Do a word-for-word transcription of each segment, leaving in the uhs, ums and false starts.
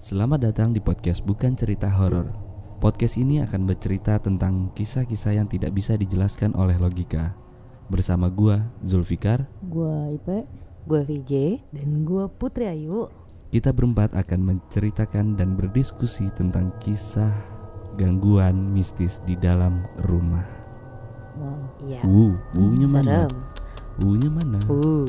Selamat datang di podcast Bukan Cerita Horor. Podcast ini akan bercerita tentang kisah-kisah yang tidak bisa dijelaskan oleh logika. Bersama gua Zulfikar, gua Ipe, gua V J, dan gua Putri Ayu. Kita berempat akan menceritakan dan berdiskusi tentang kisah gangguan mistis di dalam rumah. Wow. Iya. Uh, uh-nya mana? Serem. Uh-nya mana? Uh.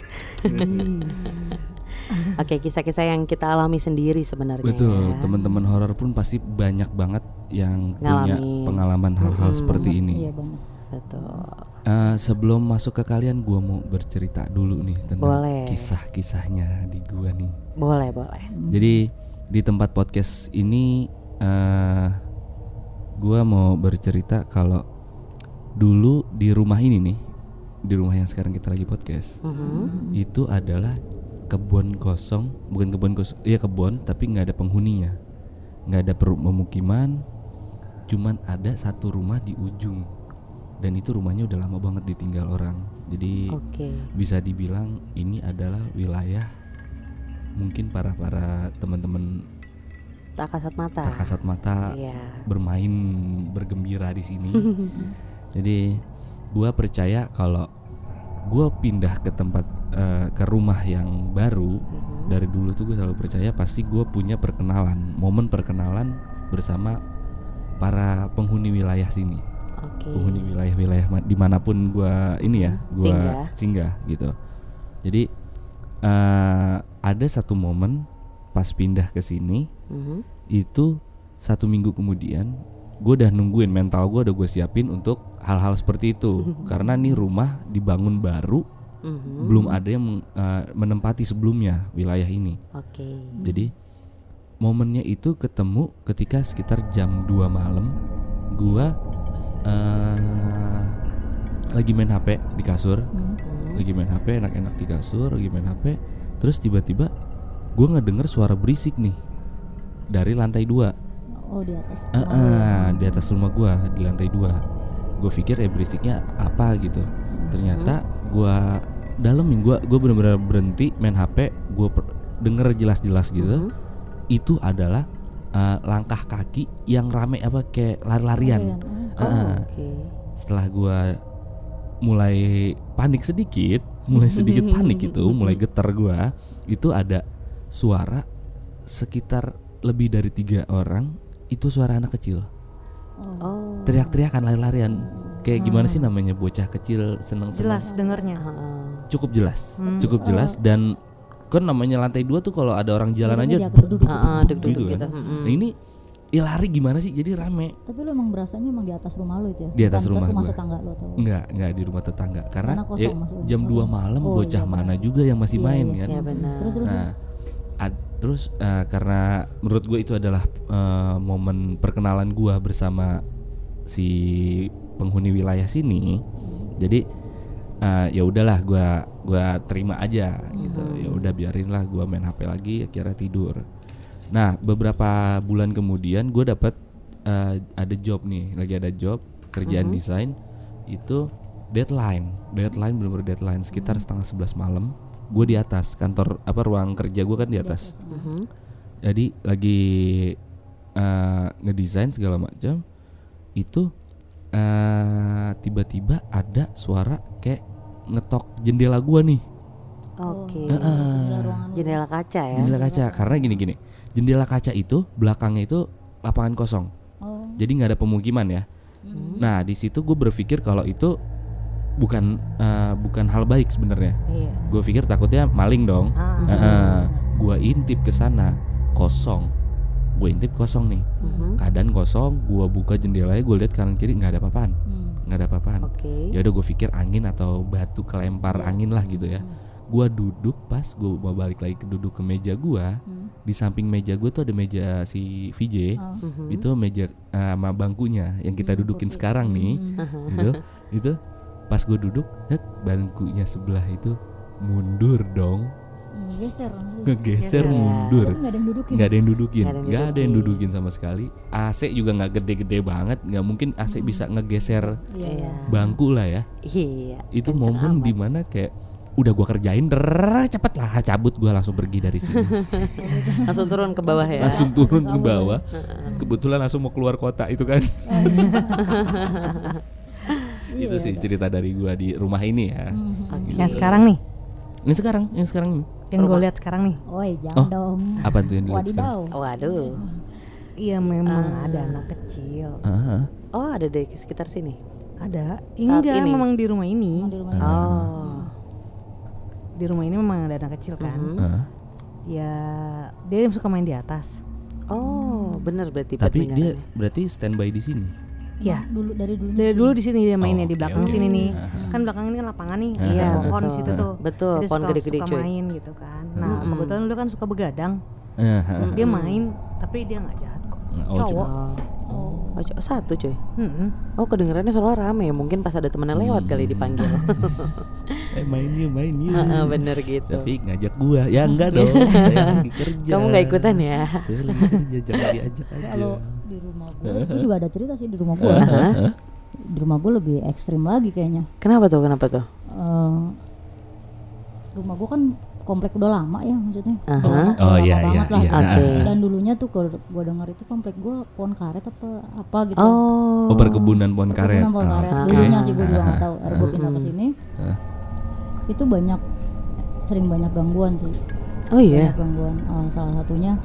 Oke, kisah-kisah yang kita alami sendiri sebenarnya. Betul, ya. teman-teman horor pun pasti banyak banget yang punya Ngalami. pengalaman hal-hal Mm-mm. seperti Banyak, ini. Iya banyak. Betul. Uh, sebelum masuk ke kalian, gua mau bercerita dulu nih tentang Boleh. kisah-kisahnya di gua nih. Boleh, boleh. Jadi di tempat podcast ini, uh, gua mau bercerita kalau dulu di rumah ini nih, di rumah yang sekarang kita lagi podcast, Mhm. itu adalah kebun kosong, bukan kebun kosong, iya kebun, tapi nggak ada penghuninya, nggak ada pemukiman, cuman ada satu rumah di ujung, dan itu rumahnya udah lama banget ditinggal orang. Jadi Oke. bisa dibilang ini adalah wilayah mungkin para para teman-teman Tak kasat mata. tak kasat mata Iya. bermain bergembira di sini. Jadi gua percaya kalau gua pindah ke tempat uh, ke rumah yang baru, Mhm. dari dulu tuh gue selalu percaya pasti gue punya perkenalan, momen perkenalan bersama para penghuni wilayah sini, Oke. penghuni wilayah-wilayah ma- dimanapun gue ini ya, gue Singgah. singgah gitu. Jadi uh, ada satu momen pas pindah ke sini, Mhm. itu satu minggu kemudian gue udah nungguin, mental gue udah gue siapin untuk hal-hal seperti itu. Karena nih rumah dibangun baru, Mhm. belum ada yang meng- uh, menempati sebelumnya wilayah ini. Oke. Jadi momennya itu ketemu ketika sekitar jam dua malam. Gua uh, lagi main H P di kasur, Hmm. Mhm. lagi main H P enak-enak di kasur, lagi main H P. Terus tiba-tiba gua ngedenger suara berisik nih dari lantai dua. Oh di atas. Uh, uh, di atas rumah gua di lantai dua. Gue pikir ya berisiknya apa gitu. Ternyata gua dalemin, gua gua benar-benar berhenti main H P, gua per- denger jelas-jelas gitu. Mhm. Itu adalah uh, langkah kaki yang rame apa kayak lari-larian. Oh, Oh, Uh, oke. Setelah gua mulai panik sedikit, mulai sedikit panik itu, mulai getar gua, itu ada suara sekitar lebih dari tiga orang, itu suara anak kecil. Oh. Teriak-teriakan, lari-larian. Kayak gimana sih namanya bocah kecil seneng-seneng. Jelas dengernya. Heeh. Cukup jelas, Hmm. cukup jelas. Dan kan namanya lantai dua tuh kalau ada orang jalan Jadi aja dia duk, duduk. duk, Heeh, duk, duduk-duduk gitu gitu. kan. Mm-mm. Nah ini ya lari gimana sih? Jadi rame. Tapi lu emang berasanya emang di atas rumah lu itu ya? Di atas Bukan rumah rumah gua. tetangga lu atau? Enggak, enggak di rumah tetangga. Karena Karena kosong ya, masih, jam kosong. dua malam Oh, bocah iya, mana benar. juga yang masih Iya, main iya. kan. Ya benar. Terus terus. Nah, terus. ad- terus uh, karena menurut gue itu adalah uh, momen perkenalan gue bersama si penghuni wilayah sini. Jadi uh, ya udahlah gue gua terima aja gitu. Ya udah biarin lah, gue main H P lagi, akhirnya tidur. Nah beberapa bulan kemudian gue dapat uh, ada job nih, lagi ada job kerjaan Mhm. desain. Itu deadline, deadline bener-bener deadline sekitar setengah sebelas malam. Gue di atas kantor apa ruang kerja gue kan di atas. Mhm. Jadi lagi uh, ngedesain segala macam. Itu uh, tiba-tiba ada suara kayak ngetok jendela gua nih. Oke. Oh, jendela ruangan lu. Jendela kaca ya. Jendela kaca. Karena gini-gini, jendela kaca itu belakangnya itu lapangan kosong. Oh. Jadi nggak ada pemukiman ya. Hmm. Nah di situ gue berpikir kalau itu bukan uh, bukan hal baik sebenarnya. Iya. Gue pikir takutnya maling dong. Ah. Uh, gue intip ke sana kosong. Gue intip kosong nih. Mhm. Keadaan kosong, gue buka jendelanya, gue lihat kanan kiri nggak ada apa-apaan, Hmm. nggak ada apa-apaan. Oke. Ya udah gue pikir angin atau batu kelempar angin lah gitu ya. Gue duduk, pas gue mau balik lagi ke duduk ke meja gue, Hmm. di samping meja gue tuh ada meja si V J. Oh. Mhm. Itu meja uh, sama bangkunya yang kita Hmm, dudukin kursi. sekarang nih. Hmm. Gitu. Itu pas gue duduk, eh, bangkunya sebelah itu mundur dong. Geser langsung. Ngegeser Geser. mundur. Tapi nggak ada yang dudukin. Nggak ada yang dudukin, Nggak ada yang nggak ada yang dudukin. dudukin sama sekali. A C juga nggak gede-gede banget, nggak mungkin A C bisa ngegeser Iya. Iya. bangku lah ya. Iya. Itu kenceng momen amat. dimana kayak udah gua kerjain, der, cepet lah cabut gua langsung pergi dari sini. Langsung turun ke bawah ya. Langsung turun ke bawah. Kebetulan langsung mau keluar kota itu kan. Itu sih cerita dari gua di rumah ini ya. Okay. Yang sekarang nih, Ini sekarang, yang sekarang ini. yang gue lihat sekarang nih, Oi jangan Oh, dong. apa tuh yang dilihat sekarang? Wadidaw. Waduh. iya memang ada anak kecil. Ah, Oh, ada di sekitar sini. Ada, Saat enggak ini? memang di rumah ini. Emang di rumah ini. Oh. Di rumah ini memang ada anak kecil kan. ah. Ya dia suka main di atas. Oh, benar berarti. Tapi buat dia negaranya. berarti standby di sini. Ya. Dulu dari dulu. Dari dulu di sini dia mainnya Oh, di oke, belakang oke. sini nih. Kan belakang ini kan lapangan nih. Iya, Ada pohon betul. di situ tuh. Betul, Dia pohon suka, gede-gede, suka cuy. main gitu kan. Nah, kebetulan dulu kan suka begadang. Ah, ah. Dia main tapi dia nggak jahat kok. Oh, Cowok. Oh. Oh, co- satu cuy. Mm-mm. Oh, kedengerannya soalnya rame. Mungkin pas ada temennya lewat kali dipanggil. Eh main yuk, main yuk. Heeh, bener gitu. Tapi ngajak gua, ya enggak dong. Saya lagi kerja. Kamu nggak ikutan ya? Saya lagi kerja, jangan diajak aja. Kalau di rumah gue, gue juga ada cerita sih di rumah gue. Di rumah gue lebih ekstrim lagi kayaknya. Kenapa tuh? Kenapa tuh? Eh, rumah gue kan komplek udah lama ya maksudnya. Aha. Udah lama, Oh, udah iya, lama iya, banget lah. iya. Oke. Dan dulunya tuh kalau gue dengar itu komplek gue pohon karet apa apa gitu. Oh. Oh, perkebunan pohon karet. Perkebunan pohon Oh, karet. oke. Dulunya sih gue juga nggak tahu. Akhirnya gue pindah ke sini. Ah. Itu banyak sering banyak gangguan sih. Oh iya. Banyak gangguan. Eh, salah satunya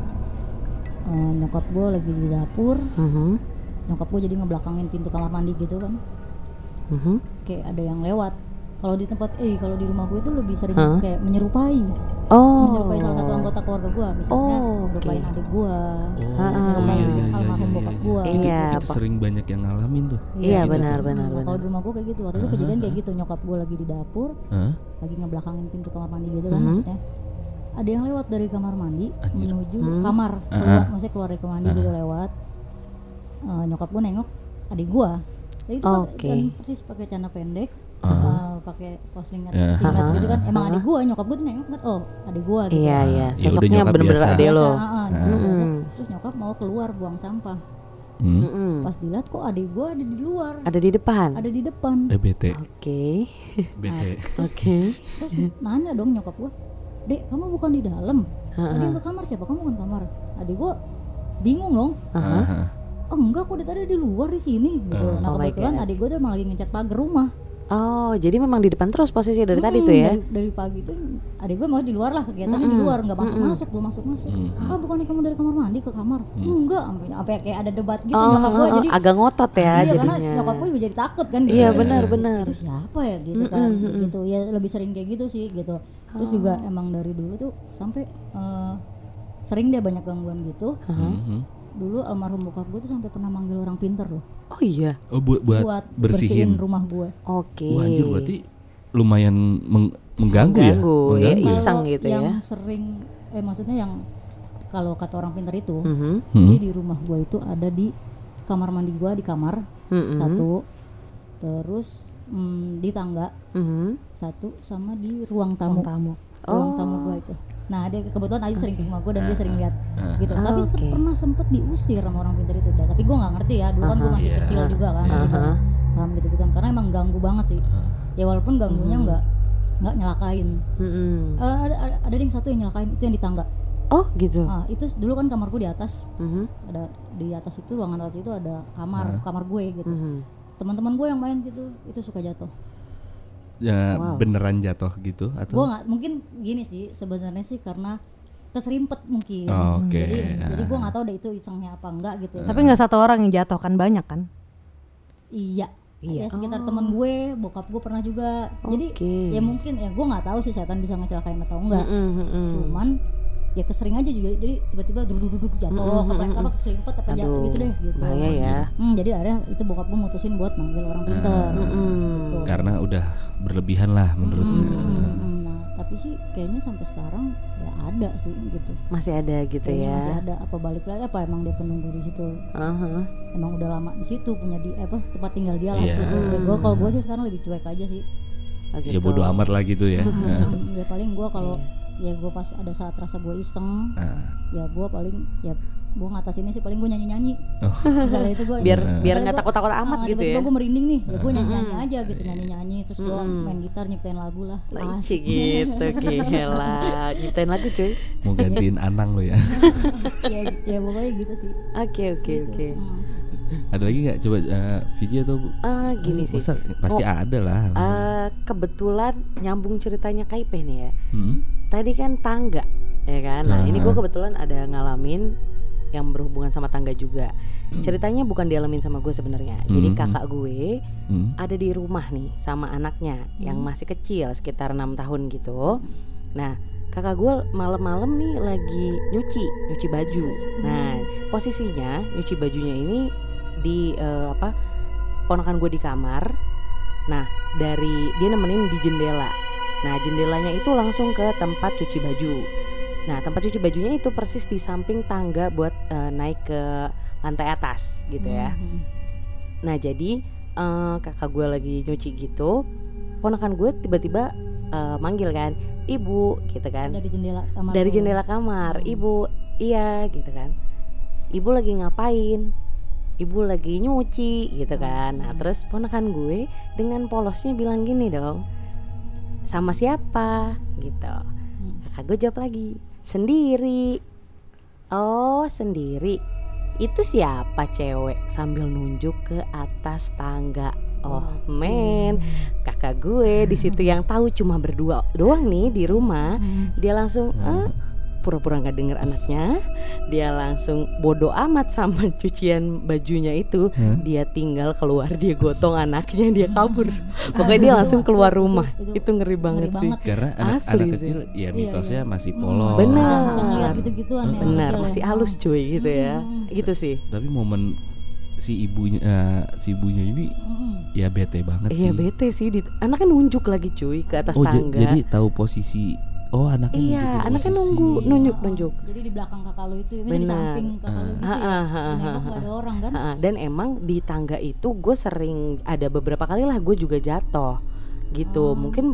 eh, nyokap gue lagi di dapur. Mhm. Nyokap gue jadi ngebelakangin pintu kamar mandi gitu kan. Mhm. Kayak ada yang lewat. Kalau di tempat eh kalau di rumah gue itu lebih sering Hah? kayak menyerupai. Oh. Menyerupai salah satu anggota keluarga gue, misalnya Oh, menyerupain oke. adik gue, Oh, menyerupain iya, iya, iya, almarhum iya, bokap iya. gue. Itu, Iya, itu apa? sering banyak yang ngalamin tuh. Iya, Gitu benar tuh. benar Nah, kalau benar. di rumah gue kayak gitu, waktu itu kejadian kayak gitu, nyokap gue lagi di dapur, Hah? lagi ngebelakangin pintu kamar mandi gitu kan, Mhm. maksudnya ada yang lewat dari kamar mandi Anjir. menuju Hmm. kamar, Ah, keluar, ah. maksudnya keluar dari kamar mandi gitu lewat. Eh, nyokap gue nengok adik gue, jadi itu pakai- Oke. dan persis pakai celana pendek. Ah. eh, pakai kaos singlet, Ya. singlet Ah. gitu kan, emang adik gue, nyokap gue tuh nengok, oh adik gue gitu. Iya iya. Ya udah Sosoknya nyokap bener-bener biasa. adek lo. Biasa, ah, ah, nyokap biasa. Mm-mm. Terus nyokap mau keluar buang sampah. Hmm? Mm-mm. Pas dilihat kok adik gue ada di luar, Ada di depan. ada di depan. Eh bete, Oke. bete. Oke. Terus nanya dong nyokap gue, Dek kamu bukan di dalam? Tadi yang ke kamar siapa? Kamu bukan kamar. Adik gue bingung dong. Aha. Oh enggak, aku tadi di luar di sini. Gitu. Nah Oh my kebetulan God. adik gue tuh emang lagi ngecat pagar rumah. Oh, jadi memang di depan terus posisi dari tadi Hmm, tuh ya? Dari, dari pagi tuh adik gue mau di luar lah, kegiatannya di luar, nggak masuk masuk, belum masuk masuk. Ah bukannya kamu dari kamar mandi ke kamar? Enggak, sampai sampai kayak ada debat gitu Oh, nyokap gue. oh, Jadi agak ngotot ya iya, karena jadinya. nyokap gue juga jadi takut kan. Iya, gitu. benar, benar. Itu siapa ya gitu kan, gitu ya lebih sering kayak gitu sih gitu. Terus juga emang dari dulu tuh sampai eh, sering dia banyak gangguan gitu. Mhm. Dulu almarhum bokap gue tuh sampai pernah manggil orang pinter loh Oh iya. Oh buat buat, buat bersihin. bersihin rumah gue. Oke. Wah anjir berarti lumayan meng- mengganggu, ya? Mengganggu, ya, Mengganggu ya? iseng Kalau gitu yang ya. sering eh maksudnya yang kalau kata orang pinter itu, Mhm. jadi di rumah gue itu ada di kamar mandi gue di kamar Mhm. satu, terus mm, di tangga Mhm. satu, sama di ruang tamu. Tamu. Ruang Oh. tamu gue itu. Nah dia kebetulan aja sering ke rumah gue dan dia sering lihat gitu. Ah, Tapi oke. pernah sempet diusir sama orang pinter itu. Dah. Tapi gue nggak ngerti ya. Dulu kan gue masih Iya. kecil juga kan, masih Aha. belum paham gitu gituan. Karena emang ganggu banget sih. Ya walaupun ganggunya nggak nggak nyelakain. Mhm. Eh, ada, ada ada yang satu yang nyelakain, itu yang di tangga. Oh gitu. Ah, itu dulu kan kamarku di atas. Mhm. Ada di atas itu, ruangan atas itu ada kamar kamar gue gitu. Mhm. Teman-teman gue yang main situ itu suka jatuh. Ya Wow. beneran jatuh gitu atau? Gue nggak, mungkin gini sih sebenarnya sih karena keserimpet mungkin. Oh, oke. Jadi, Ah. jadi gue nggak tahu deh itu isengnya apa enggak gitu. Tapi nggak satu orang yang jatuh kan banyak kan? Iya. Iya. Ya sekitar teman gue, bokap gue pernah juga. Jadi Oke. ya mungkin ya gue nggak tahu sih setan bisa ngecelakain atau enggak. Mhm, mhm. Cuman ya kesering aja juga, jadi tiba-tiba duduk-duduk jatuh, keplek apa keselimpet apa jatuh Aduh, gitu deh gitu. bahaya ya. Hmm, jadi akhirnya itu bokap gue mutusin buat manggil orang pinter. Gitu. Karena udah berlebihan lah menurutnya. Hmm, nah tapi sih kayaknya sampai sekarang ya ada sih gitu. Masih ada gitu Kayaknya ya. masih ada, apa balik lagi apa emang dia penunggu di situ, Aha. emang udah lama di situ punya di apa tempat tinggal dia lah di Iya. situ. Ya, gue kalau gue sih sekarang lebih cuek aja sih. Oh, Ya gitu. bodo amat lah gitu ya. Hmm, ya paling gue kalau Iya. ya gue pas ada saat rasa gue iseng, Ah. ya gue paling ya gue ngatasinnya sih paling gue nyanyi-nyanyi. Oh. Misalnya itu gue Biar Nah. biar nggak takut-takut amat gitu ya. gue merinding nih, ya gue nyanyi-nyanyi aja gitu, nyanyi-nyanyi terus gue Mm. main gitar nyiptain lagu lah. Lagi gitu, gila. Nyiptain lagu cuy. Mau gantiin Anang lo ya. ya, ya pokoknya gitu sih. Oke oke Gitu. oke. Mm. Ada lagi nggak coba uh, video tuh? Ah, gini sih. Masa pasti Oh, ada lah. eh, kebetulan nyambung ceritanya Kaipeh nih ya. Hmm? Tadi kan tangga, ya kan. Nah, ini gue Ah. kebetulan ada ngalamin yang berhubungan sama tangga juga. Ceritanya bukan dialamin sama gue sebenarnya. Jadi Hmm. kakak gue Hmm? ada di rumah nih sama anaknya yang masih kecil sekitar enam tahun gitu. Nah, kakak gue malam-malam nih lagi nyuci, nyuci baju. Nah, posisinya nyuci bajunya ini di eh, apa? Ponakan gue di kamar. Nah, dari dia nemenin di jendela. Nah, jendelanya itu langsung ke tempat cuci baju. Nah, tempat cuci bajunya itu persis di samping tangga buat eh, naik ke lantai atas gitu ya. Mhm. Nah, jadi eh, kakak gue lagi nyuci gitu, ponakan gue tiba-tiba eh, manggil kan, ibu gitu kan, Dari jendela kamar. dari tuh. jendela kamar, ibu, iya gitu kan, ibu lagi ngapain? Ibu lagi nyuci gitu kan. Nah, terus ponakan gue dengan polosnya bilang gini dong, sama siapa gitu. Kakak gue jawab lagi, sendiri. Oh, sendiri. Itu siapa cewek? Sambil nunjuk ke atas tangga. Oh men, kakak gue di situ yang tahu cuma berdua doang nih di rumah. Dia langsung eh, pura-pura nggak denger anaknya. Dia langsung bodoh amat sama cucian bajunya itu. Dia tinggal keluar, dia gotong anaknya, dia kabur. Pokoknya dia langsung keluar rumah. itu- Itu ngeri banget sih. banget. Karena anak, Asli anak sih. kecil ya Iya, mitosnya iya. masih Mm. polos. Benar. Bisa, bisa ngeliat gitu-gituan ya, Benar, kecil masih ya. halus cuy gitu ya. Gitu sih. Tapi momen si ibunya eh, si ibunya ini Mm-mm. ya bete banget sih. Iya bete sih, di, anaknya nunjuk lagi cuy ke atas Oh ja- tangga. jadi tahu posisi. Oh anaknya Iya, nunjukin anaknya posisi. nunggu, nunjuk, nunjuk. Jadi di belakang kakak lu itu, bisa di Benar. samping kakak lu gitu Ah, ya. ah, ah, Dan ah, emang gak ada orang kan? Ha-ha, dan emang di tangga itu gue sering ada beberapa kali lah gue juga jatuh gitu. Mungkin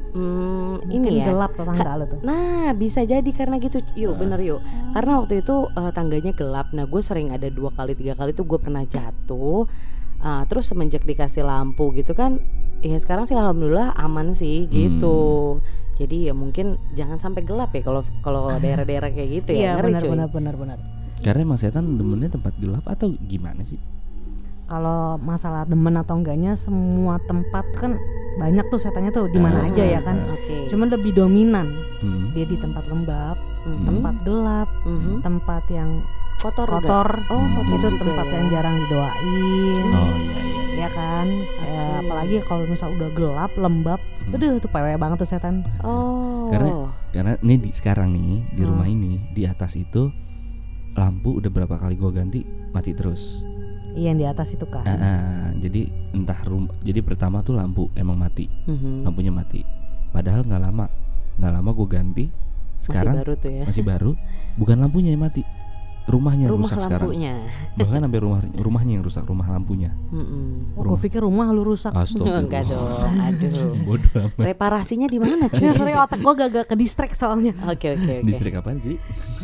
hmm, Mungkin ini ya. gelap tuh tangga lo tuh. Nah bisa jadi karena gitu. Yuk bener yuk. Karena waktu itu eh, tangganya gelap. Nah gue sering ada dua kali tiga kali tuh gue pernah jatuh. Ah, terus semenjak dikasih lampu gitu kan, ya sekarang sih alhamdulillah aman sih gitu. Jadi ya mungkin jangan sampai gelap ya kalau kalau daerah-daerah kayak gitu ya. Iya Ngeri benar cuy. benar benar benar. Karena emang setan demennya tempat gelap atau gimana sih? Kalau masalah demen atau enggaknya, semua tempat kan banyak tuh setannya tuh di mana Ah, aja ya kan. Oke. Cuman lebih dominan Hmm. dia di tempat lembab, Mhm. tempat gelap, Mhm. tempat yang Kotor juga? kotor. Oh, Hmm. kotor Itu juga tempat ya. yang jarang didoain. Oh iya iya. Ya kan, kayak Oke. apalagi kalau misal udah gelap, lembab, Hmm. aduh itu P W banget tuh setan. Oh. Karena karena ini di sekarang nih di Hmm. rumah ini di atas itu lampu udah berapa kali gua ganti mati terus. Iya yang di atas itu kan. Ah, ah, jadi entah rum jadi pertama tuh lampu emang mati, Mhm. lampunya mati. Padahal nggak lama nggak lama gue ganti. Sekarang masih baru tuh ya. masih baru, bukan lampunya yang mati, rumahnya Rumah rusak sekarang. lampunya. Bahkan sampai rumah rumahnya yang rusak, rumah lampunya. Mm-mm. Oh, gue pikir rumah lu rusak. Enggak dong, aduh. Bodoh amat. Reparasinya di mana cuy? Ya sorry otak gue gak, gak ke distract soalnya. Oke oke oke. Distrik apaan sih?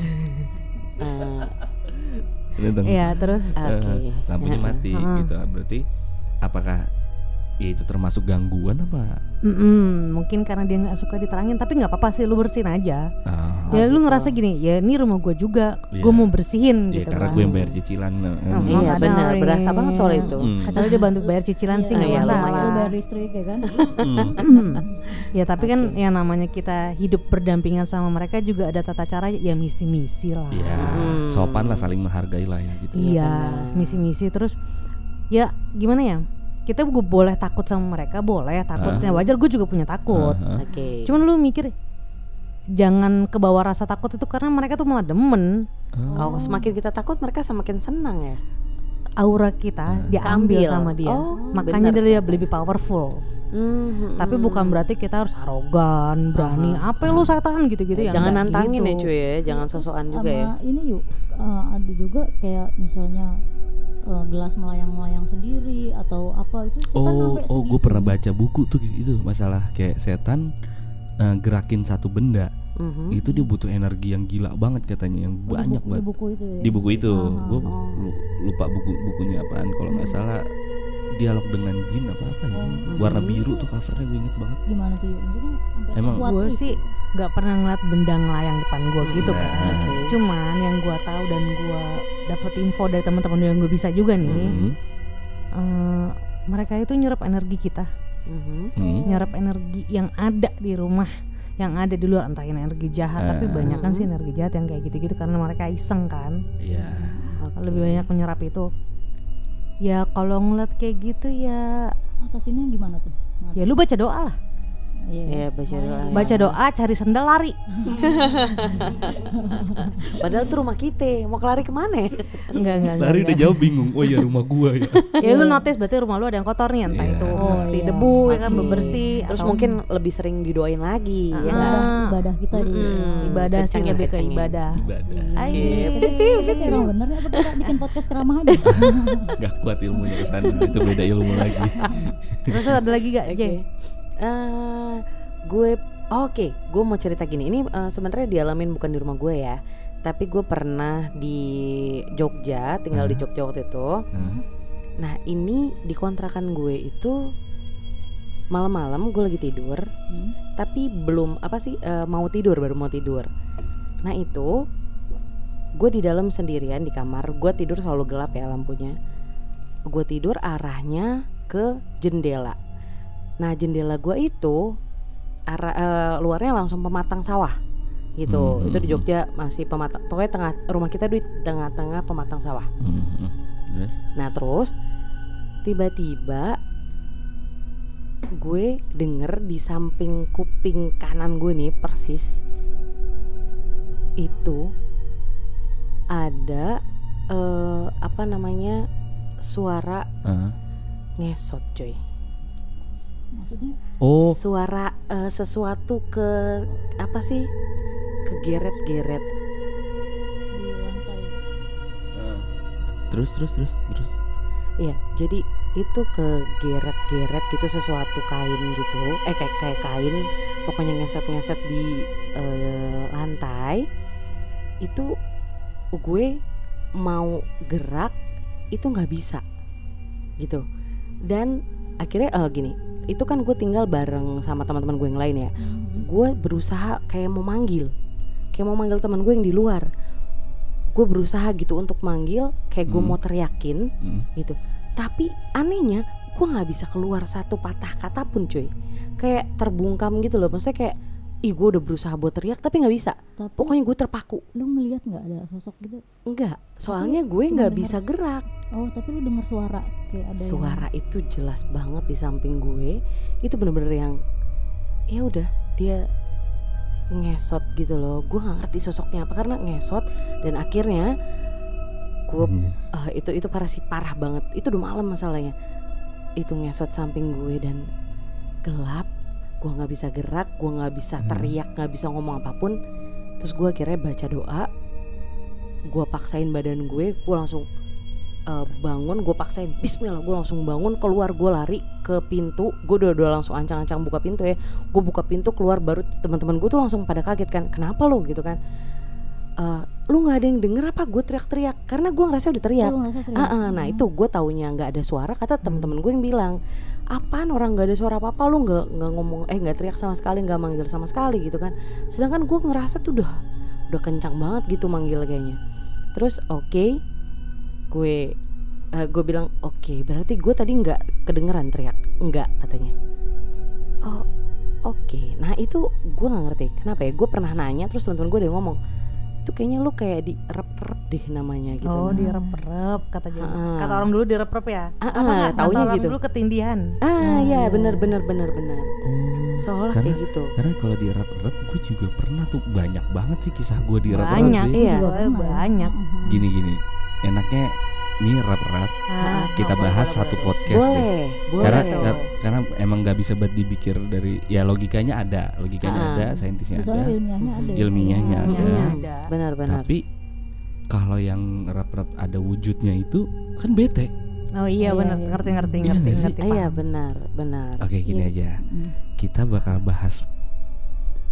Eh, Ini dong. Iya terus. Eh, Oke. lampunya Heeh. mati Heeh. gitu. Berarti apakah ya itu termasuk gangguan apa? Mm-mm, mungkin karena dia nggak suka diterangin, tapi nggak apa-apa sih lu bersihin aja. Ah, Ya lu gitu. ngerasa gini, ya ini rumah gue juga, Iya. gue mau bersihin ya gitu karena kan. gue yang bayar cicilan. eh, Oh, Iya makanya benar, ini. berasa banget soal itu. Hmm. Kecuali dia bantu bayar cicilan sih Iya, nggak iya, lu- masalah. Lu bayar listrik ya kan? Hmm. Ya tapi kan yang namanya kita hidup berdampingan sama mereka juga ada tata cara ya misi-misi lah. Ya, Hmm. sopan lah, saling menghargai lah ya gitu. Iya, misi-misi terus ya gimana ya? Kita gue boleh takut sama mereka, boleh takutnya wajar, gue juga punya takut. Ah, ah. Oke. Cuman lu mikir jangan kebawa rasa takut itu karena mereka tuh malah demen. Oh, semakin kita takut mereka semakin senang ya. Aura kita diambil Keambil. sama dia. Oh, Makanya bener. dia lebih powerful. Hmm, Tapi bukan berarti kita harus arogan, berani. Apa lu setan gitu-gitu ya. jangan enggak nantangin gitu. ya cuy ya, jangan Terus sosokan juga sama ya. ini yuk eh, ada juga kayak misalnya eh, gelas melayang-melayang sendiri atau apa itu setan Oh, sampai oh, gue segitu. pernah baca buku tuh itu masalah kayak setan eh, gerakin satu benda Mhm. itu dia butuh energi yang gila banget katanya, yang Oh, di banyak buku- banget di buku itu ya. di buku itu. Ah, Gue oh. lupa buku bukunya apaan, kalau nggak salah dialog dengan jin apa apa ya, Oh. warna biru tuh covernya, gue inget banget. Gimana tuh yuk? Maksudnya sampai Emang- sekuat Gue itu? sih nggak pernah ngeliat benda ngelayang depan gue gitu Nah. kan. Oke. Cuman yang gue tahu dan gue dapet info dari teman-teman yang gue bisa juga nih, Hmm. eh, mereka itu nyerap energi kita, Mhm. Hmm. nyerap energi yang ada di rumah, yang ada di luar, entah energi jahat, tapi Ah. banyak kan sih energi jahat yang kayak gitu-gitu karena mereka iseng kan, Iya. Oke. lebih banyak menyerap itu. Ya kalau ngeliat kayak gitu ya, Atasinnya gimana tuh? Ngat- ya lu baca doa lah, Iya, Iya, baca doa. Makanya baca doa, cari sendal, lari. Padahal tuh rumah kita, mau kelari kemana? Enggak enggak. Lari enggak, udah jauh bingung. Oh iya, rumah gua ya. Ya lu notice berarti rumah lu ada yang kotor nih, entah Iya. itu Oh, mesti iya. debu ya kan, Oke. bebersih, Terus atau mungkin lebih sering didoain lagi, ya Ah. kan? ibadah, ibadah kita di Mm-mm. ibadah sih, Kencengin, lebih ke kencengin. ibadah. Ibadah. Ay, kita, kita kayak orang bener ya, apa kita bikin podcast ceramah aja. Gak kuat ilmunya ke sana. Itu beda ilmu lagi. Terus ada lagi gak, Oke. Jay? Eh, gue oke, gue mau cerita gini. Ini eh, sebenarnya dialamin bukan di rumah gue ya, tapi gue pernah di Jogja, tinggal di Jogja waktu itu. Hah? Nah, ini di kontrakan gue itu malam-malam gue lagi tidur, Hmm. tapi belum apa sih eh, mau tidur, baru mau tidur. Nah itu gue di dalam sendirian di kamar. Gue tidur selalu gelap ya lampunya. Gue tidur arahnya ke jendela. Nah jendela gue itu arah eh, luarnya langsung pematang sawah gitu. Hmm. Itu di Jogja masih pematang. Pokoknya tengah rumah kita di tengah-tengah pematang sawah. Hmm. Terus? Nah terus tiba-tiba gue denger di samping kuping kanan gue nih persis itu ada eh, apa namanya suara Ah. ngesot coy. Maksudnya Oh, Suara eh, sesuatu ke apa sih kegeret-geret. di lantai. terus terus terus terus. Iya, jadi itu kegeret-geret gitu sesuatu kain gitu, eh kayak kayak kain, pokoknya ngeset-ngeset di eh, lantai. Itu gue mau gerak itu nggak bisa, gitu. Dan akhirnya eh gini, itu kan gue tinggal bareng sama teman-teman gue yang lain ya. Gue berusaha kayak mau manggil, kayak mau manggil teman gue yang di luar. Gue berusaha gitu untuk manggil, kayak gue Hmm. mau teriakin Hmm. gitu. Tapi anehnya gue nggak bisa keluar satu patah kata pun cuy. Kayak terbungkam gitu loh. Maksudnya kayak ih gue udah berusaha buat teriak tapi nggak bisa. Tapi Pokoknya gue terpaku. lu ngelihat nggak ada sosok gitu? Enggak, soalnya gue cuma nggak denger bisa su- gerak. Oh tapi lu dengar suara kayak ada yang- Suara itu jelas banget di samping gue. Itu bener-bener yang ya udah dia ngesot gitu loh. Gue nggak ngerti sosoknya apa karena ngesot dan akhirnya gue Anjir. ah, itu itu parah sih, parah banget. Itu udah malam masalahnya. Itu ngesot samping gue dan gelap. Gue nggak bisa gerak, gue nggak bisa teriak, nggak bisa ngomong apapun. Terus gue akhirnya baca doa. Gue paksain badan gue, gue langsung uh, bangun. Gue paksain Bismillah, gue langsung bangun keluar. Gue lari ke pintu. Gue udah udah langsung ancang-ancang buka pintu ya. Gue buka pintu keluar, baru teman-teman gue tuh langsung pada kaget kan. Kenapa lo gitu kan? Uh, lu nggak ada yang denger apa gue teriak-teriak? Karena gue ngerasa udah teriak. Oh, lu ngerasa teriak. Ah, ah, nah itu gue taunya nggak ada suara. Kata teman-teman gue yang bilang, apaan orang nggak ada suara apa-apa, lu nggak nggak ngomong, eh nggak teriak sama sekali, nggak manggil sama sekali gitu kan. Sedangkan gue ngerasa tuh udah udah kencang banget gitu manggil kayaknya. Terus oke, okay, gue uh, gue bilang oke, okay, berarti gue tadi nggak kedengeran teriak, nggak katanya. Oh oke, okay. Nah itu gue nggak ngerti kenapa ya. Gue pernah nanya, terus teman-teman gue ada yang ngomong, itu kayaknya lu kayak direp-rep deh namanya gitu. Oh, direp-rep kata jadi. Ah. Kata orang dulu direp-rep ya. Ah, Apa ah, nggak? Kata taunya orang gitu. dulu ketindihan. Ah ya benar benar benar benar. Oh, Seolah karena, kayak gitu. Karena kalau di rap-rap gue juga pernah tuh, banyak banget sih kisah gue di rap-rap Banyak, sih. Iya. Juga pernah. banyak. Mhm. Gini-gini, enaknya nih rap-rap Ah, kita boleh, bahas boleh, satu boleh. podcast deh. Boleh, boleh. Karena, Boleh. kar- karena emang nggak bisa buat dipikir dari, ya logikanya ada, logikanya Ah. ada, saintisnya Soalnya ada, ilmiahnya ada. ya. ilmiahnya ada. Ilmiahnya Hmm, ada. benar-benar. Tapi kalau yang rap-rap ada wujudnya itu kan bete. Oh iya Iya, benar, iya. ngerti ngerti Iya ngerti nggak sih? ngerti. Ah, iya paham. benar benar. Oke gini Iya. aja, Hmm. kita bakal bahas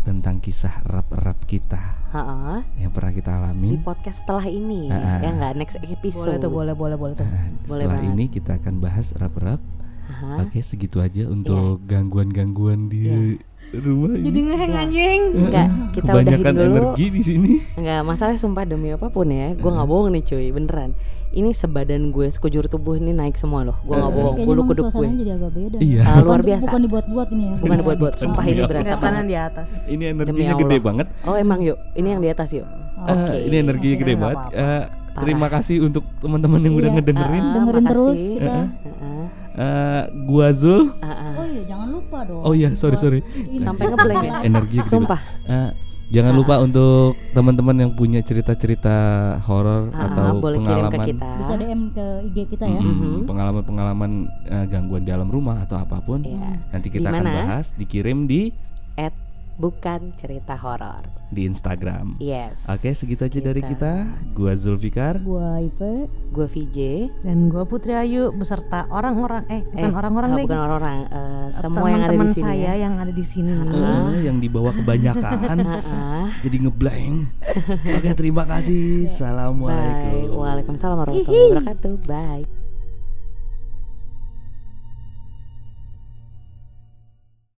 tentang kisah rap-rap kita Ha-ha. yang pernah kita Di alamin. podcast setelah ini Ah, ah. ya nggak next Boleh episode. tuh, boleh boleh boleh tuh. Nah, setelah banget. ini kita akan bahas rap-rap. Aha. Oke, segitu aja untuk gangguan-gangguan di rumah Jadi ini. ngeheng anjing. Enggak, kita udahin Kebanyakan dulu. energi di sini. Enggak, masalah sumpah demi apapun ya. Gue nggak bohong nih cuy, beneran. Ini sebadan gue, sekujur tubuh ini naik semua loh. Gue nggak bohong, Kayaknya bulu emang kuduk gue. suasananya jadi agak beda. Iya. Ah, Bukan- luar biasa. Bukan dibuat-buat ini ya. Bukan buat-buat, sumpah ini Demi berasa Kelihatan banget. di atas. Ini Demi energinya Allah. gede banget. Oh emang yuk, ini yang di atas yuk. Eh, Oke. ini energinya gede Nggak banget. apa-apa. Eh, terima kasih untuk teman-teman yang udah Iya. ngedengerin. Ah, Dengerin makasih. terus kita. Heeh. Eh, gua Zul. Ah, ah. Oh iya, jangan lupa dong. Oh iya, sorry buat sorry. ini. Sampai ngeblank ya. Energi gede Sumpah. banget. Eh, jangan lupa untuk teman-teman yang punya cerita-cerita horor Ah, atau boleh kirim ke pengalaman kita. Bisa D M ke I G kita ya. Mm-mm, pengalaman-pengalaman eh, gangguan di dalam rumah atau apapun. Iya. Nanti kita Di akan mana? bahas, dikirim di At bukan cerita horor. di Instagram. Yes. Oke, segitu aja dari Kita. kita. Gua Zulfikar. Gua I P. Gue V J. Dan gue Putri Ayu beserta orang-orang eh bukan Eh, orang-orang ah, deh. bukan orang-orang. eh, semua yang ada Teman-teman di sini. saya ya. yang ada di sini nih. Eh, yang dibawa kebanyakan. Ah, Jadi ngeblank. Oke, terima kasih. Bye. Assalamualaikum. Waalaikumsalam warahmatullahi wabarakatuh. Bye.